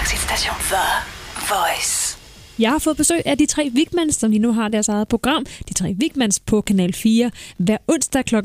Danmarks hitstation The Voice. Jeg har fået besøg af de 3 Wigmans, som lige nu har deres eget program. De 3 Wigmans på Kanal 4 hver onsdag kl. 21.25.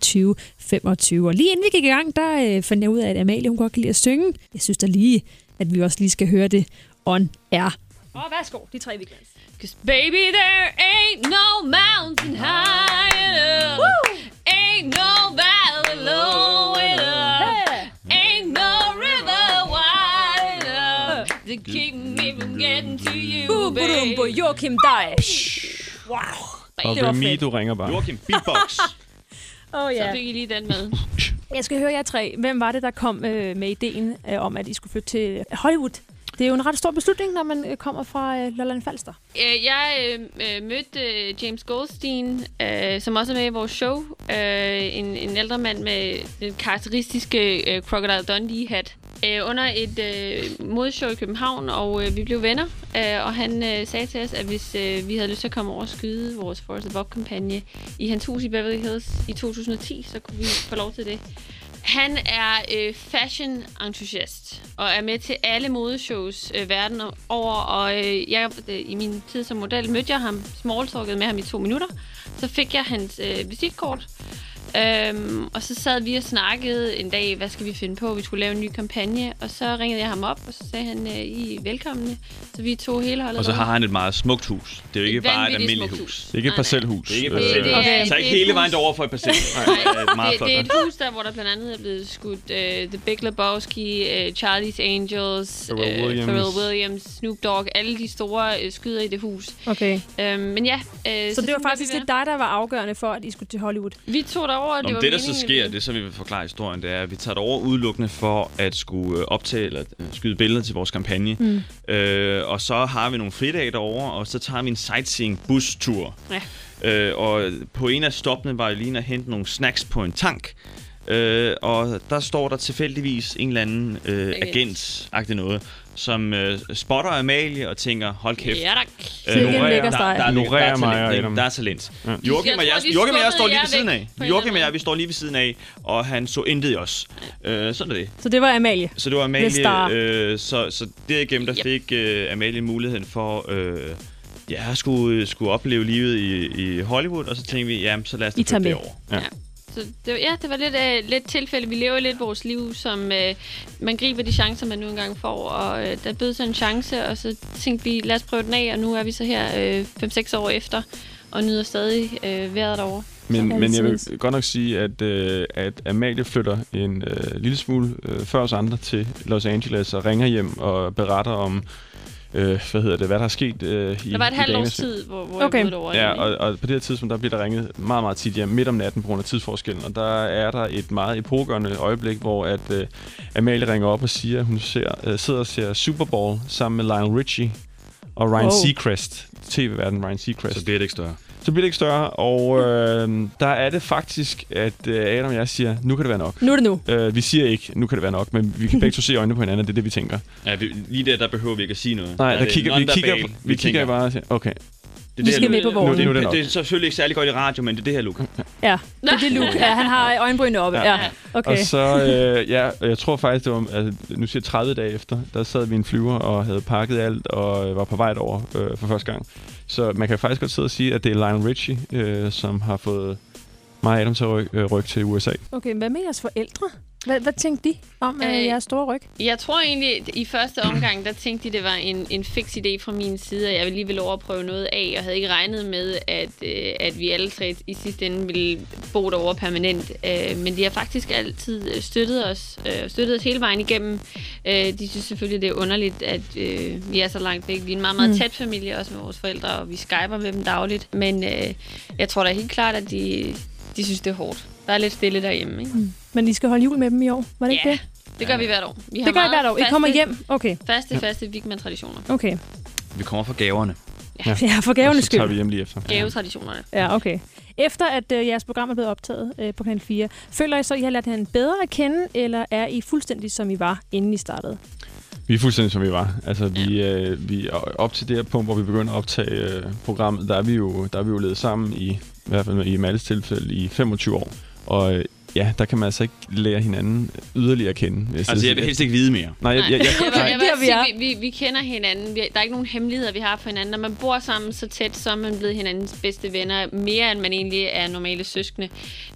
Og lige inden vi gik i gang, der fandt jeg ud af, at Amalie hun godt kan lide at synge. Jeg synes da lige, at vi også lige skal høre det on air. Og værsgo, de 3 Wigmans. 'Cause baby, there ain't no mountain high enough. Woo! Ain't no valley low enough. Ain't no river wide enough to keep me from getting to you, baby. Joachim Dej. Wow. Og Det var Remy, fedt. du ringer bare. Joachim, beatbox. Så fik I lige den med. Jeg skal høre jer 3. Hvem var det, der kom med ideen om, at I skulle flytte til Hollywood? Det er jo en ret stor beslutning, når man kommer fra Lolland Falster. Jeg mødte James Goldstein, som også er med i vores show. En ældre mand med den karakteristiske Crocodile Dundee-hat. Under et modeshow i København, og vi blev venner. Og han sagde til os, at hvis vi havde lyst til at komme over og skyde vores Forrest Above-kampagne i hans hus i Beverly Hills i 2010, så kunne vi få lov til det. Han er fashion-entusiast og er med til alle modeshows verden over. Og jeg i min tid som model mødte jeg ham, smalltalkede med ham i 2 minutter. Så fik jeg hans visitkort. Og så sad vi og snakkede en dag, hvad skal vi finde på? Vi skulle lave en ny kampagne. Og så ringede jeg ham op, og så sagde han, I er velkomne. Så vi tog hele holdet. Og så har han et meget smukt hus. Det er jo ikke bare et almindeligt hus. Det er ikke et parcelhus. Det er ikke et parcelhus. Okay. Så ikke hele vejen derover for et parcel. Det er et hus der, hvor der blandt andet er blevet skudt The Big Lebowski, Charlie's Angels, Pharrell Williams, Snoop Dogg, alle de store skyder i det hus. Okay. Men ja. Så det var faktisk det dig, der var afgørende for, at I skulle til Hollywood? Vi tog derover. Det der så sker, det så vi vil forklare historien, det er, at vi tager det over udelukkende for at skulle optage eller skyde billeder til vores kampagne. Og så har vi nogle fridage derovre, og så tager vi en sightseeing-bustur. Ja. Og på en af stoppene var jeg lige at hente nogle snacks på en tank. Og der står der tilfældigvis en eller anden agent-agtig noget, som spotter Amalie og tænker, hold kæft. Ja, der er talent. Ja. Joachim og jeg står lige ved siden af. Joachim og jeg, vi står lige ved siden af, og han så intet i os. Sådan er det. Så det var Amalie? Så det var Amalie. Så derigennem, der fik Amalie muligheden for at skulle opleve livet i Hollywood, og så tænkte vi, jamen, så lad os da flytte det over. Ja. Så det var lidt tilfælde. Vi lever lidt vores liv, som man griber de chancer, man nu engang får. Og der bød sådan en chance, og så tænkte vi, lad os prøve den af. Og nu er vi så her 5-6 år efter, og nyder stadig vejret derovre. Men jeg vil godt nok sige, at Amalie flytter en lille smule før os andre til Los Angeles og ringer hjem og beretter om hvad der er sket i der var et halvt års tid, hvor jeg boede over. Ja, og på det her tidspunkt, der bliver der ringet meget, meget tit hjem midt om natten på grund af tidsforskellen. Og der er der et meget epokegørende øjeblik, hvor at Amalie ringer op og siger, at hun sidder og ser Super Bowl sammen med Lionel Richie og Ryan Seacrest. TV-verden Ryan Seacrest. Så bliver det ikke større. Så bliver det ikke større, og der er det faktisk, at Adam og jeg siger, nu kan det være nok. Nu er det nu. Vi siger ikke, nu kan det være nok, men vi kan begge to se øjnene på hinanden, og det er det, vi tænker. Ja, lige der behøver vi ikke at sige noget. Nej, vi kigger bare og siger, okay. Vi skal med på vognen. Det er selvfølgelig ikke særlig godt i radio, men det er det her look. Ja, det er det look. Ja, han har øjenbrynene oppe. Ja. Okay. Og så, jeg tror faktisk, det var, altså, nu siger 30 dage efter, der sad vi i en flyver og havde pakket alt og var på vej over for første gang. Så man kan faktisk godt sidde og sige, at det er Lionel Richie, som har fået mig og Adam til at rykke til USA. Okay, hvad med jeres forældre? Hvad tænkte de om jeres store ryg? Jeg tror egentlig, i første omgang, der tænkte de, det var en fix idé fra min side, at jeg lige ville overprøve noget af, og havde ikke regnet med, at vi alle tre i sidste ende ville bo derovre permanent. Men de har faktisk altid støttet os hele vejen igennem. De synes selvfølgelig, det er underligt, at vi er så langt væk. Vi er en meget, meget tæt familie, også med vores forældre, og vi skyper med dem dagligt. Men jeg tror da helt klart, at de synes, det er hårdt. Der er lidt stille derhjemme, ikke? Men I skal holde jul med dem i år, var det ikke det? Det gør vi hvert år. Det gør I hvert år. I kommer hjem? Okay. Faste Wigman-traditioner. Okay. Vi kommer fra gaverne. Ja, for gavernes skyld. Så tager vi hjem lige efter. Gavetraditionerne. Ja, okay. Efter at jeres program er blevet optaget på Kanal 4, føler I så, at I har lært hinanden bedre at kende, eller er I fuldstændig, som I var, inden I startede? Vi er fuldstændig, som vi var. Altså, vi op til det her punkt, hvor vi begynder at optage programmet, der er vi jo levet sammen i hvert fald i Malles tilfælde i 25 år. Og ja, der kan man altså ikke lære hinanden yderligere at kende. Altså, jeg vil helst ikke vide mere. Nej, Jeg vil sige, vi kender hinanden. Der er ikke nogen hemmeligheder, vi har for hinanden. Når man bor sammen så tæt, så er man blevet hinandens bedste venner. Mere end man egentlig er normale søskende.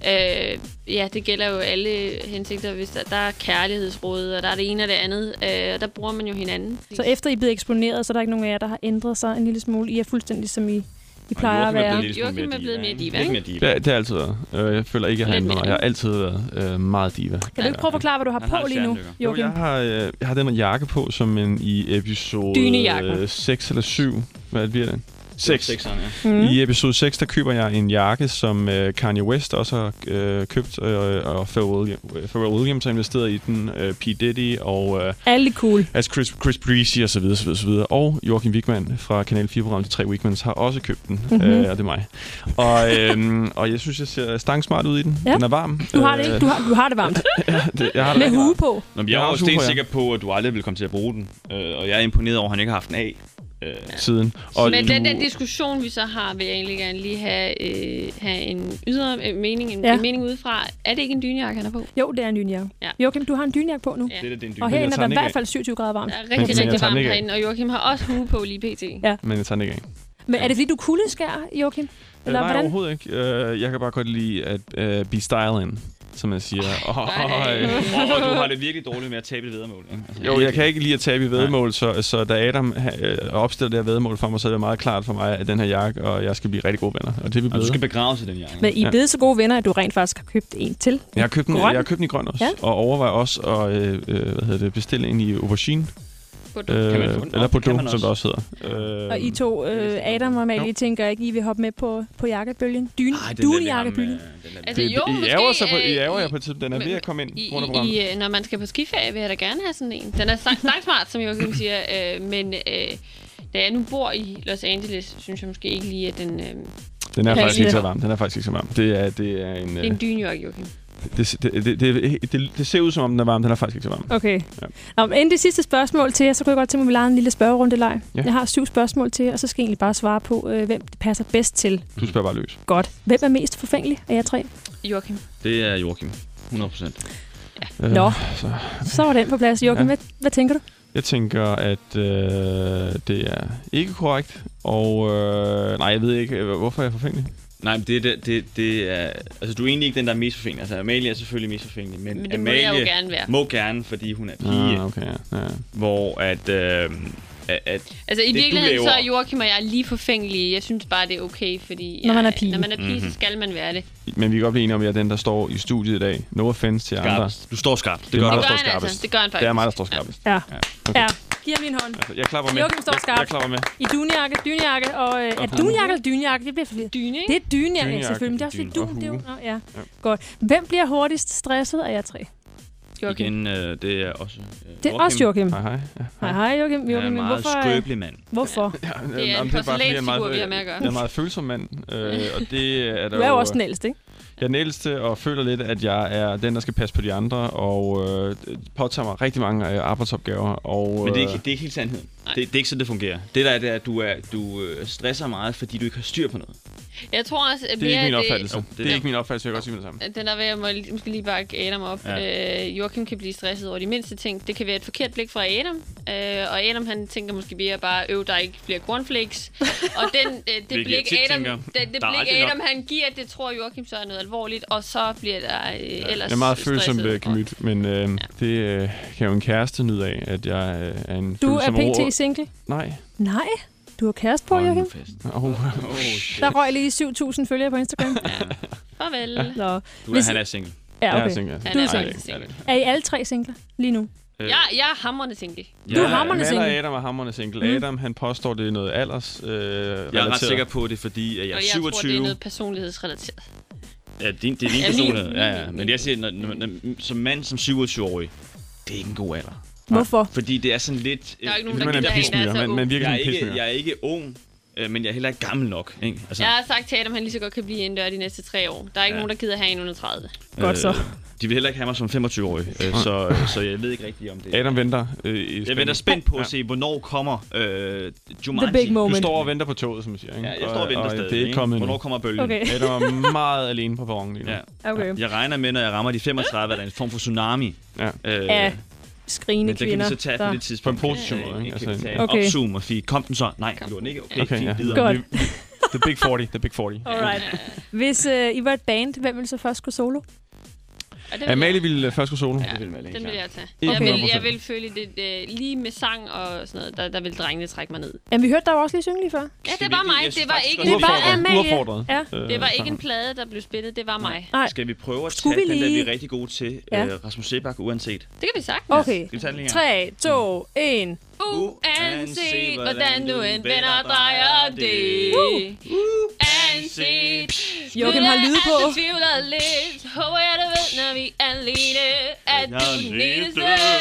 Ja, det gælder jo alle hensigter. Hvis der er kærlighedsråd, og der er det ene og det andet. Der bruger man jo hinanden. Så efter I er blevet eksponeret, så er der ikke nogen af jer, der har ændret sig en lille smule? I er fuldstændig som I plejer at være. Joachim er blevet mere diva. Ikke mere diva. Det har altid været. Jeg føler ikke, at jeg har ændret mig. Jeg har altid været meget diva. Kan du ikke prøve at forklare, hvad du har på lige nu, Joachim? Jeg har den jakke på, som i episode 6 eller 7. Hvad bliver det? 6. I episode 6, der køber jeg en jakke, som Kanye West også har købt, og Pharrell Williams har investeret i den, P. Diddy og alle cool. Altså Chris Breezy og så videre. Og Joachim Wichmann fra Kanal 4-programmet De 3 Wichmanns har også købt den, og det er mig. Og jeg synes, jeg ser stangsmart ud i den. Ja. Den er varm. Du har det ikke. Du har det varmt. Jeg har med hue på. Jeg er også stensikker på, at du aldrig vil komme til at bruge den. Og jeg er imponeret over, at han ikke har haft den af. Siden. Og men den diskussion, vi så har, vil jeg egentlig gerne lige have en ydre mening, en mening udefra. Er det ikke en dynejakke, han har på? Jo, det er en dynejakke. Ja. Joachim, du har en dynejakke på nu. Ja. Og herinde er der i hvert fald 27 grader varmt. Det er rigtig varmt herinde, og Joachim har også hue på lige pt. Ja. Men jeg tager den ikke af. Men er det fordi, du kuldeskærer, Joachim? Eller nej, hvordan? Overhovedet ikke. Jeg kan bare godt lide at be styling, som man siger. Du har det virkelig dårligt med at tabe i væddemål. Altså, jo, jeg kan ikke lide at tabe i væddemål, så da Adam opstiller det her væddemål for mig, så er det meget klart for mig, at den her jakke, og jeg skal blive rigtig gode venner. Og det vil du skal begraves i den jakke. Men I er blevet så gode venner, at du rent faktisk har købt en til. Jeg har købt den i grøn også, og overvejer også at bestille en i aubergine. Eller Bordeaux, som det også hedder. Og I to, Adam og Amalie, tænker ikke, I vil hoppe med på jakkebølgen? Dunejakkebølgen? Altså jo, I ærger jer på tiden. Den er ved at komme ind. Når man skal på skiferie, vil jeg da gerne have sådan en. Den er smart, som Joachim siger. Men da jeg nu bor i Los Angeles, synes jeg måske ikke lige, at den... Den er faktisk ikke så varm. Det er en dynejakke, Joachim. Det ser ud som om den er varm, den er faktisk ikke så varm. Okay. Ja. Inden det sidste spørgsmål til jer, så kunne jeg godt tænke mig, at vi leger en lille spørgerundeleg. Ja. Jeg har 7 spørgsmål til jer, og så skal jeg egentlig bare svare på, hvem det passer bedst til. Du spørger bare løs. Godt. Hvem er mest forfængelig af jer 3? Joachim. Det er Joachim. 100%. Ja. Nå, så var den på plads. Joachim, hvad tænker du? Jeg tænker, at det er ikke korrekt, og nej, jeg ved ikke, hvorfor jeg er forfængelig. Nej, det er... Altså, du er egentlig ikke den, der er mest forfængelig. Altså, Amalie er selvfølgelig mest forfængelig, men det Amalie må jeg jo gerne være. Må gerne, fordi hun er pige. Okay, ja. Hvor at altså, i virkeligheden så er Joachim og jeg lige forfængelige. Jeg synes bare, det er okay, fordi... Når man er pige. Når man er pige, så skal man være det. Men vi kan godt blive enige om, at jeg er den, der står i studiet i dag. No offense til andre. Du står skarpt. Det gør han faktisk. Det er mig, der står skarpest. Ja. Okay. Giv ham lige en hånd. Altså, jeg klapper med. Joachim står skarpt. Jeg klapper med. I dynejakke, og... er dunejakke eller dynejakke? Det bliver forvirret. Dyne, det er dynejakke, selvfølgelig. Men det er også lidt dun. Det er jo... Ja. Godt. Hvem bliver hurtigst stresset af jer 3? Joachim. Igen, det er også det er også Joachim. Hej, Joachim. Jeg er en meget skrøbelig mand. Hvorfor? Det er en porcelænsfigur, vi har med at gøre. Jeg er en meget følsom mand, og det er der. Du er jo også den ældste, ikke? Jeg er den ældste og føler lidt, at jeg er den, der skal passe på de andre, og påtager mig rigtig mange arbejdsopgaver. Og, men det er ikke helt sandheden. Det er ikke sådan, det fungerer. Det der er, det er, at du stresser meget, fordi du ikke har styr på noget. Jeg tror også, at det er ikke min opfattelse. Det er ikke min opfattelse, jeg kan godt sige med det samme. Den er ved, jeg må måske lige bakke Adam op. Ja. Joachim kan blive stresset over de mindste ting. Det kan være et forkert blik fra Adam. Og Adam, han tænker måske mere bare, der ikke bliver cornflakes. Og det blik, Adam han giver, det tror Joachim så er noget alvorligt. Og så bliver der ellers jeg er meget følsom gemyt, men det kan jo en kæreste nyde af, at jeg er en du følsom er pt. Single? Nej. Du har kæreste på, Joachim? Der røg lige 7.000 følgere på Instagram. Farvel. Han er single. Ja, okay. Jeg er single. Han er single. Er I alle 3 singler lige nu? Jeg er hamrende single. Du er hamrende single? Adam er hamrende single. Adam, han påstår, det er noget alders relateret. Jeg er ret sikker på det, fordi at jeg er 27. Og jeg tror, det er noget personlighedsrelateret. Ja, det er din personlighed. Ja. Men jeg siger, som mand som 27-årig, det er ikke en god alder. Hvorfor? Fordi det er sådan lidt... Der er ikke nogen, der gider en, der er så ung. Jeg er ikke ung. Men jeg er heller ikke gammel nok. Ikke? Altså, Jeg har sagt til Adam, at han lige så godt kan blive indendør de næste 3 år. Der er ikke nogen, der gider have en under 30. Godt så. De vil heller ikke have mig som 25-årig, så jeg ved ikke rigtigt om det. Adam venter Jeg venter spændt på at se, hvornår kommer Jumanji. The big moment. Du står og venter på toget, som man siger. Ikke? Ja, jeg står og venter stadig. Det er ikke kommet hvornår kommer bølgen? Okay. Adam er meget alene på perronen lige nu. Ja. Okay. Jeg regner med, når jeg rammer de 35, at der er en form for tsunami. Ja. Af skrigende Men det kan vi kvinder. så tage på der- det tidspunkt. På en positiv måde, ikke? Kan vi tage Okay. opzoom og sige, kom den så? Nej, det gjorde den ikke. Okay, Okay, fint, ja. videre. Godt. The Big 40. The Big 40. Alright. Hvis I var et band, hvem ville så først gå solo? Og det Amalie ville først gå solo. Ja, Det vil Amalie den vil klart. jeg tage. Okay. Jeg vil føle det lige med sang og sådan noget, der vil drengene trække mig ned. Jamen, vi hørte dig jo også lige synge lige før. Ja, det var mig. Jeg synes Det var faktisk ikke også, Det var Uopfordret. Amalie. Uopfordret. Ja. Det var ikke en plade, der blev spillet. Det var mig. Nej. Skal vi prøve at Skulle tage vi den, der vi lige- er rigtig gode til? Ja. Rasmus Sebak, uanset. Det kan vi sagtens. Okay. Skal vi tage den lige her? 3, 2, 1. Uanset hvordan du end vender og drejer det. Uanset. Joachim har lyde på. Jeg tvivler lidt. Håber jeg, du ved, når vi er alene. At du er den eneste.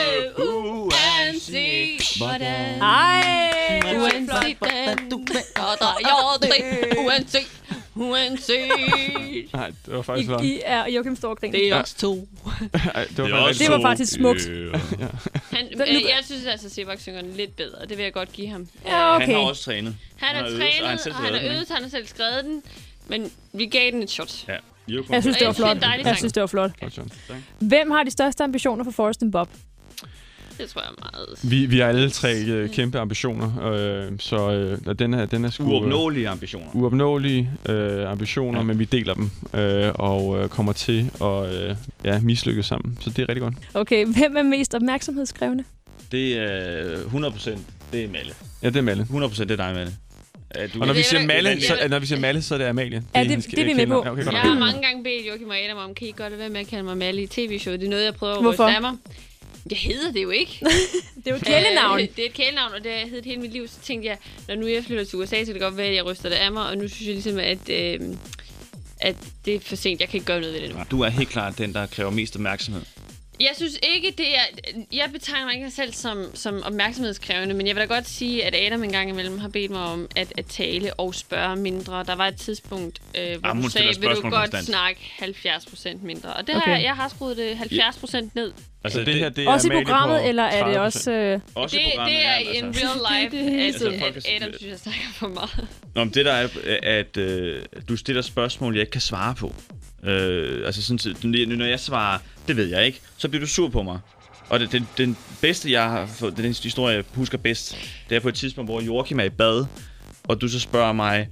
Uanset hvordan. Ej! Uanset hvordan du vender og drejer det. Uanset. Nej, det var faktisk sådan. I er Joachim står og griner. Det er os to. Det var faktisk smukt. Jeg synes altså, at Sebak synger den lidt bedre. Det vil jeg godt give ham. Ja, Han okay. har også trænet. Han har øvet, og trænet, selv og han har skrevet den, øvet, han har selv skrevet den. Men vi gav den et shot. Ja. Jeg synes, det var Det er en flot. dejlig Jeg sang. synes, det var flot. Godt, John. Hvem har de største ambitioner for Forrest and Bob? Det tror jeg er meget. Vi har alle tre kæmpe ambitioner, så den er sgu Uopnåelige ambitioner. uopnåelige ambitioner, men vi deler dem og kommer til at mislykkes sammen. Så det er rigtig godt. Okay, hvem er mest opmærksomhedskrævende? Det er 100%. Det er Malle. Ja, det er Malle. 100% det er dig, Malle. Og når vi det siger er- Malle, det er- når vi siger Malle, så er det Amalie. Ja, det er vi med på. Ja, okay, godt. Jeg har mange gange bedt Joachim og Adam om, kan I godt lade være med at kalde mig Malle i tv-showet? Det er noget, jeg prøver at Hvorfor? ryste af mig. Jeg hedder det jo ikke. Det er jo et kælenavn. Det er et kælenavn, og det har jeg heddet hele mit liv. Så tænkte jeg, når nu jeg flytter til USA, så kan det godt være, at jeg ryster det af mig. Og nu synes jeg ligesom, at det er for sent. Jeg kan ikke gøre noget ved det nu. Du er helt klart den, der kræver mest opmærksomhed. Jeg synes ikke, det er... Jeg betegner mig ikke selv som opmærksomhedskrævende, men jeg vil da godt sige, at Adam en gang imellem har bedt mig om at tale og spørge mindre. Der var et tidspunkt, hvor hun du sagde, stiller vil du spørgsmål godt konstant. snakke 70% mindre. Og det Okay. har jeg har skruet det 70% ned. Altså, det her, det er Også i Amalie programmet, på eller er det 30%. også... Også i Det programmet. er ja, in altså. real life, Altså, at folk er- Adam synes, jeg snakker for meget. Nå, men det der er, at du stiller spørgsmål, jeg ikke kan svare på. Altså sådan, når jeg svarer, det ved jeg ikke, så bliver du sur på mig. Og den bedste, jeg har fået, den historie, jeg husker bedst, det er på et tidspunkt, hvor Joachim er i bad, og du så spørger mig,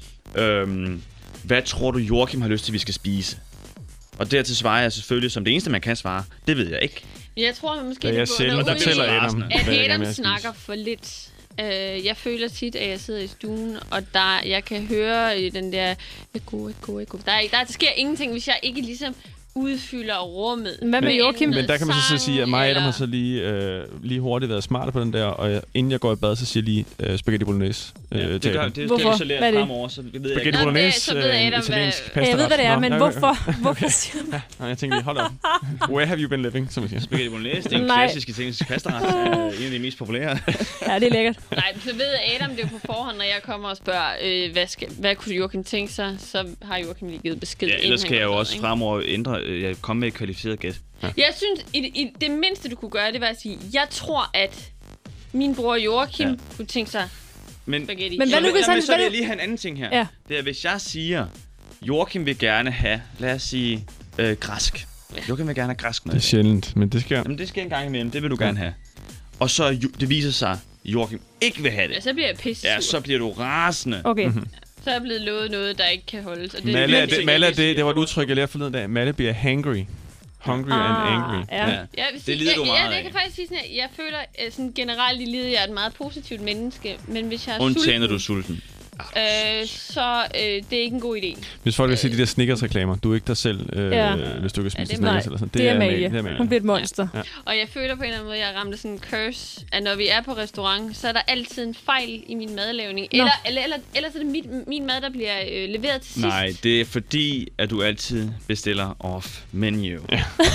hvad tror du, Joachim har lyst til, vi skal spise? Og dertil svarer jeg selvfølgelig, som det eneste, man kan svare, det ved jeg ikke. Jeg tror, at måske Da jeg det selv bunder ud i, fortæller Adam, at hvad jeg gerne Adam vil spise. snakker for lidt. Jeg føler tit, at jeg sidder i stuen, og jeg kan høre den der, ekko. Der sker ingenting, hvis jeg ikke ligesom udfylder rummet. Hvad med Joachim? Men der kan man så sige, at mig og Adam har så lige hurtigt været smarte på den der, og inden jeg går i bad, så siger jeg lige spaghetti bolognese. Det skal Hvorfor? vi så lære Hvad er det? fremover, så ved jeg Spaghetti ikke. bolognese, så ved Adam, italiensk hvad- pasta. Jeg ved, hvad det er, men hvorfor siger du? Nej, jeg tænkte lige, hold op. Where have you been living, som man siger. Spaghetti bolognese, det er en Nej. klassisk italiensk pastaret. En af de mest populære. Ja, det er lækkert. Nej, så ved Adam det på forhånd, når jeg kommer og spørger, hvad kunne Joachim tænke sig, så har Joachim lige givet besked. Ja, inden ellers han kan jeg går jo ned, også ikke? fremover ændre, jeg komme med et kvalificeret gæst. Jeg synes, i det mindste, du kunne gøre, det var at sige, jeg tror, at min bror Joachim kunne tænke sig spaghetti. Men hvad nu, hvis han- så vil hvad jeg nu- lige have en anden ting her. Ja. Det er, hvis jeg siger, Joachim vil gerne have, lad os sige, græsk. Joachim vil gerne have græsk med. Det er sjældent, men det sker. Jamen, det sker en gang imellem, det vil du gerne have. Og så det viser sig, at Joachim ikke vil have Ja, det. så bliver jeg pisse Ja, så bliver du rasende. Okay. Så er jeg blevet lovet noget, der ikke kan holdes. Og det Malle, virkelig Malle, ikke. det var et udtryk, jeg lærte forleden dag. Malle bliver hangry. Hungry and angry. Ja. Ja, hvis Det lider du meget jeg af. kan faktisk sige sådan, at jeg føler sådan generelt i livet, jeg er et meget positivt menneske, men hvis jeg er Undtagen, når du sulten, er sulten. så det er ikke en god idé. Hvis folk vil se de der Snickers-reklamer, du er ikke dig selv, hvis du ikke spise det er Snickers eller sådan. Det er Amalie. Det er Amalie. Hun bliver et monster. Ja. Og jeg føler på en eller anden måde, at jeg ramte sådan en curse, at når vi er på restaurant, så er der altid en fejl i min madlavning. Nå. Eller så er det min mad, der bliver leveret til sidst. Nej, det er fordi, at du altid bestiller off menu. Ja.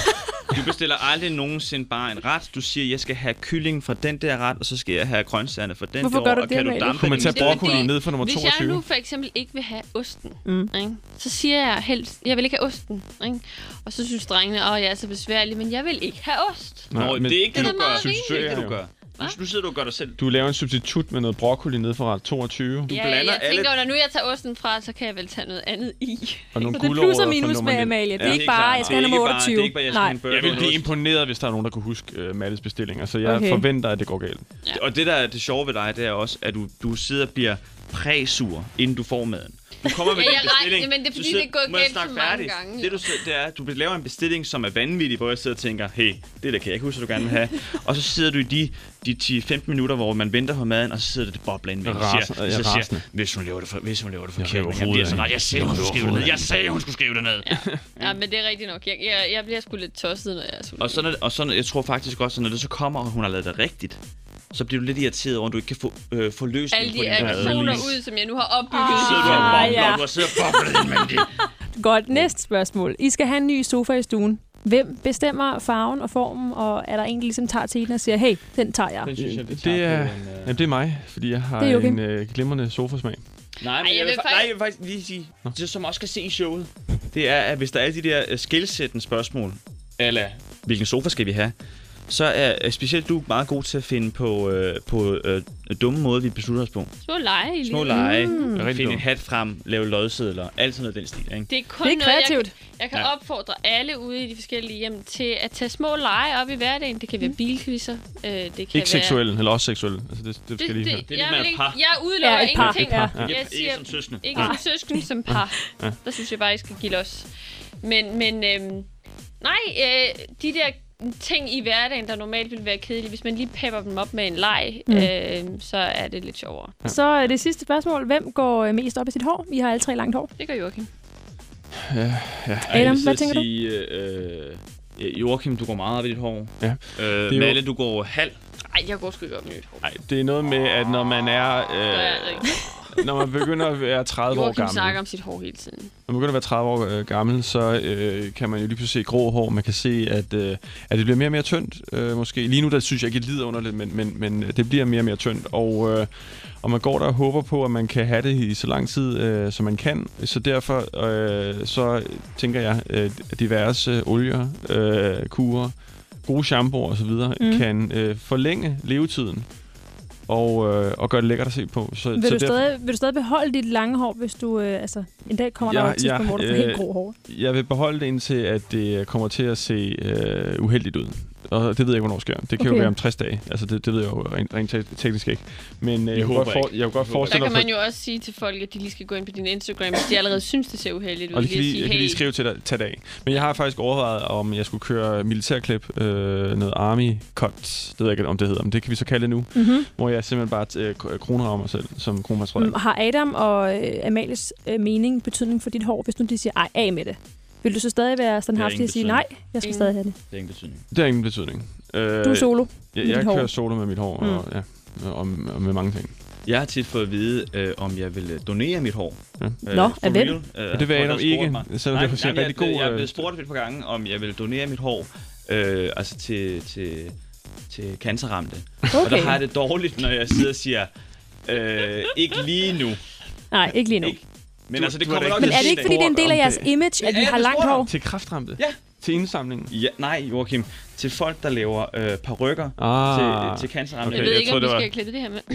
Du bestiller aldrig nogensinde bare en ret. Du siger, jeg skal have kylling fra den der ret, og så skal jeg have grøntsagerne fra den Hvorfor der gør du og det, kan du Amalie? dampe Kunne man den tage i- broccoli ned for nummer 22? Hvis jeg nu for eksempel ikke vil have osten, ikke? Så siger jeg helst, jeg vil ikke have osten. Ikke? Og så synes drengene, jeg er så besværlig, men jeg vil ikke have ost. Nå, men det er ikke det, det du er gør. meget Det er ikke det, du jo. gør. Nu sidder du og gør dig selv. Du laver en substitut med noget broccoli ned fra ret 22. Du Ja, blander jeg tænker, når nu jeg tager osten fra, så kan jeg vel tage noget andet i. Og nogle Så det er gulerødder plus og fra minus nummer med 19. Amalie. Det er Ja, ikke bare, jeg skal have nummer 28. Det er ikke bare, jeg skal have en burger. Jeg vil blive med ost. imponeret, hvis der er nogen, der kunne huske Mattes bestillinger. Så jeg Okay. forventer, at det går galt. Og det, der er det sjove ved dig, det er også, at du sidder og bliver præsur, inden du får maden. Du kommer med Ja, din jeg bestilling. men det er så fordi, sidder- det er gået må jeg galt snakke så mange færdig? gange, Det, det er, du laver en bestilling, som er vanvittig, hvor jeg sidder og tænker, hey, det der kan jeg ikke huske, at du gerne vil have. Og så sidder du i de 10-15 minutter, hvor man venter på maden, og så sidder det bobler ind med. Så siger, hvis hun laver det forkert, men jeg bliver så ret. Jeg sagde, hun skulle skrive det ned. Jeg sagde, hun skulle skrive det ned. Ja, men det er rigtigt nok. Jeg bliver sgu lidt tosset, når jeg er sulten. Og sådan, jeg tror faktisk også, at når det så kommer, og hun har lavet det rigtigt, så bliver du lidt irriteret over, at du ikke kan få løsning Alle på de din mad. aggressioner ud, som jeg nu har opbygget. Så sidder du og bobler, ja. og du har siddet og boblet ind med det. Godt, næste spørgsmål. I skal have en ny sofa i stuen. Hvem bestemmer farven og formen, og er der en, der ligesom tager til den og siger, hey, den tager jeg? Det er mig, fordi jeg har Det er okay. en glimrende sofasmag. Nej, men Ej, jeg vil faktisk lige sige, det som også kan se i showet, det er, at hvis der er de der skillsættende spørgsmål, eller hvilken sofa skal vi have, så er specielt du meget god til at finde på dumme måder, vi beslutter os på. Små lege i Små livet. lege, Rigtig finde en dumt. hat frem, lave lodsedler, alt sådan noget den stil, ikke? Det er kun Det er noget, kreativt. jeg kan opfordre alle ude i de forskellige hjem til at tage små lege op i hverdagen. Det kan være bilquizzer. Det kan Ikke være... seksuelle, eller også seksuelle. Altså, det skal lige høre. Det er jeg, lidt vil mere ikke, par. jeg udelukker Ja, et par. ingenting. Ja. Jeg Ikke siger, som søskende. ikke som søskende, som par. Der synes jeg bare, I skal give los. Men de der ting i hverdagen, der normalt ville være kedelige, hvis man lige pepper dem op med en leg, så er det lidt sjovere. Så er det sidste spørgsmål. Hvem går mest op i sit hår? I har alle tre langt hår. Det gør Joachim. Ja. Adam, hvad tænker du? Joachim, du går meget op i dit hår. Ja. jo- Malle, du går halv. Ej, jeg går sgu ikke op med mit hår. Nej, det er noget med, at når man er... Det er rigtigt. når man begynder at være 30 år Joachim gammel... snakker om sit hår hele tiden. Når man begynder at være 30 år gammel, så kan man jo lige pludselig se grå hår. Man kan se, at det bliver mere og mere tyndt, måske. Lige nu, der synes jeg ikke, det lider under det, men det bliver mere og mere tyndt. Og man går der og håber på, at man kan have det i så lang tid, som man kan. Så derfor så tænker jeg, at diverse olier, kurer, gode shampooer osv. kan forlænge levetiden. Og gøre det lækkert at se på. Vil du stadig beholde dit lange hår, hvis du en dag kommer der et tidspunkt, hvor du får helt grå hår? Jeg vil beholde det indtil, at det kommer til at se uheldigt ud. Og det ved jeg ikke, hvornår sker. Det kan jo være om 60 dage. Altså, det ved jeg jo rent teknisk ikke. Men jeg kunne godt forestille mig... Der mig... kan man jo også sige til folk, at de lige skal gå ind på din Instagram, hvis de allerede synes, det ser uheldigt ud. Og jeg kan lige skrive til dig, tag det af. Men jeg har faktisk overvejet, om jeg skulle køre militærklip, noget army cuts. Det ved jeg ikke, om det hedder, men det kan vi så kalde det nu. Mm-hmm. Hvor jeg simpelthen bare kronrager mig selv som kronmadsrød. Har Adam og Amalies mening betydning for dit hår, hvis nu de siger, ej, af med det? Vil du så stadig være standhaftig og sige, nej, jeg skal stadig have det? Det er ingen betydning. Det har ingen betydning. Du er solo Jeg kører solo med mit hår, og med mange ting. Jeg har tit fået at vide, om jeg vil donere mit hår. Ja. Nå, af hvem? Det vil Adam ikke, selvom det er rigtig god... Jeg er blevet spurgt et par gange, om jeg vil donere mit hår altså til cancerramte. Okay. Og der har jeg det dårligt, når jeg sidder og siger, ikke lige nu. Nej, ikke lige nu. Ikke. Men altså, det kommer nok. Men er det ikke, fordi det er en del af jeres image, at vi har langt hår? Til kræftramte? Ja. Til indsamlingen? Ja, nej, Joachim. Til folk, der laver parykker til cancerramte. Okay, jeg ved ikke, om vi skal klippe det her med.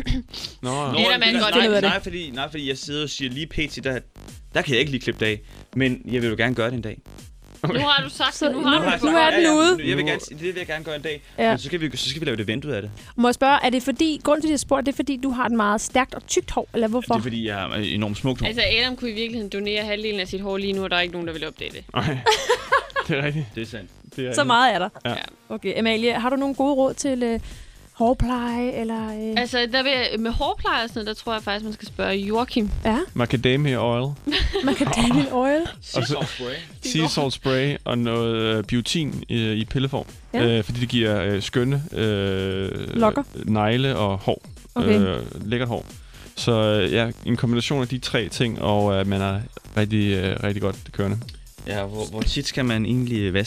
Nej, fordi jeg sidder og siger lige pt. Der kan jeg ikke lige klippe det af. Men jeg vil jo gerne gøre det en dag. Okay. Nu har du sagt det. Nu er den ude. Det vil jeg gerne gøre en dag. Ja. Men så skal vi lave et event ud af det. Må jeg spørge, er det fordi, grunden til, at jeg spurgte, det er fordi, du har et meget stærkt og tykt hår, eller hvorfor? Det er fordi, jeg har enormt smukt hår. Altså, Adam kunne i virkeligheden donere halvdelen af sit hår lige nu, og der er ikke nogen, der vil opdage det. Nej, det er rigtigt. Det er sandt. Så meget er der. Ja. Okay, Amalie, har du nogle gode råd til hårpleje, eller... Altså, med hårpleje og sådan noget, der tror jeg faktisk, man skal spørge Joachim. Ja. Macadamia oil. Macadamia oil. Sea salt spray og noget biotin i pilleform. Ja. Fordi det giver skønne lokker, negle og hår. Okay. Lækkert hår. Så ja, en kombination af de tre ting, og man er rigtig godt kørende. Ja, hvor tit skal man egentlig vaske?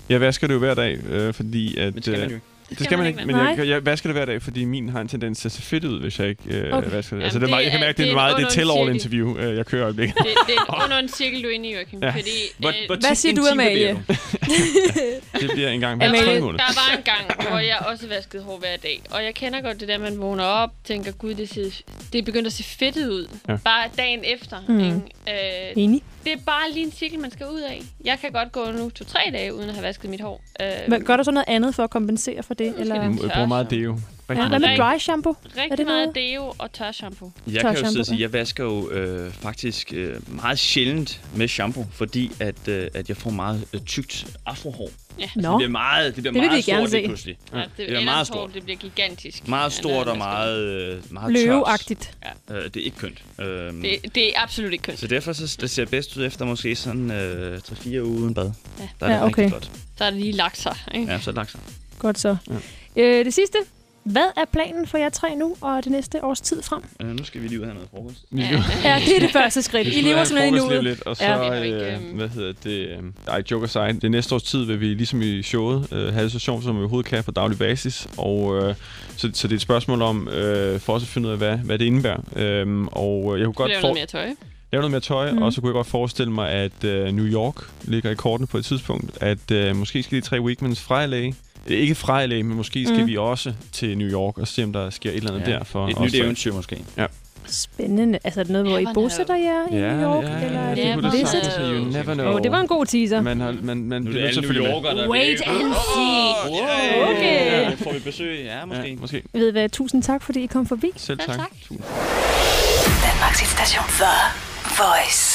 Jeg vasker det jo hver dag, fordi at... Men skal man jo ikke. Det skal man ikke, men jeg vasker det hver dag, fordi min har en tendens til at se fedt ud, hvis jeg ikke vasker det. Altså, det er meget, jeg kan mærke, det er meget det tell-all-interview, jeg kører i øjeblikket. Det er under en cirkel, du er inde i, Joachim. Ja. Fordi, hvad siger du, Amalie? Det bliver en gang hver 3 måneder. Der var en gang, hvor jeg også vaskede hår hver dag. Og jeg kender godt det der, man vågner op, tænker, gud, det er begyndt at se fedtet ud. Ja. Bare dagen efter. Enig. Det er bare lige en cykel, man skal ud af. Jeg kan godt gå nu 2-3 dage, uden at have vasket mit hår. Men gør du så noget andet for at kompensere for det? Eller? Jeg bruger meget deo. Hvad med dry shampoo? Rigtig meget deo og tør shampoo. Jeg kan jo sige, at jeg vasker jo faktisk meget sjældent med shampoo, fordi at jeg får meget tykt afrohår. Ja. No. Det bliver meget stort lige pludselig. Ja, det er meget stort. Det bliver gigantisk. Meget stort og meget løveagtigt. Ja. Det er ikke kønt. Det er absolut ikke kønt. Så derfor det ser bedst ud efter måske sådan 3-4 uger uden bad. Ja. Der er det rigtig flot. Så er det lige lagt sig. Ikke? Ja, så er det lagt sig. Godt så. Ja. Det sidste. Hvad er planen for jer 3 nu og det næste års tid frem? Nu skal vi lige ud og have noget frokost. Ja, det er det første skridt. I lever simpelthen i nuet. Lidt, og så, hvad hedder det? Joke aside. Det næste års tid vil vi ligesom i showet have det så sjovt, som vi overhovedet kan på daglig basis. Og så det er et spørgsmål om for os at finde ud af, hvad det indebærer. Og jeg kunne godt lave noget mere tøj. Lave noget mere tøj, og så kunne jeg godt forestille mig, at New York ligger i kortene på et tidspunkt. At måske skal de 3 Weekmans fra LA. Ikke fra LA, men måske skal vi også til New York og se, om der sker et eller andet der. For et nyt eventyr måske. Ja. Spændende. Altså er det noget, hvor I bosætter jer i New York? Eller er det visit? You never know. Det var en god teaser. Man bliver selvfølgelig med. Wait and see. Okay. Får vi besøg? Ja, måske. Ja, måske. Ved hvad? Tusind tak, fordi I kom forbi. Selv tak. Danmarks station The Voice.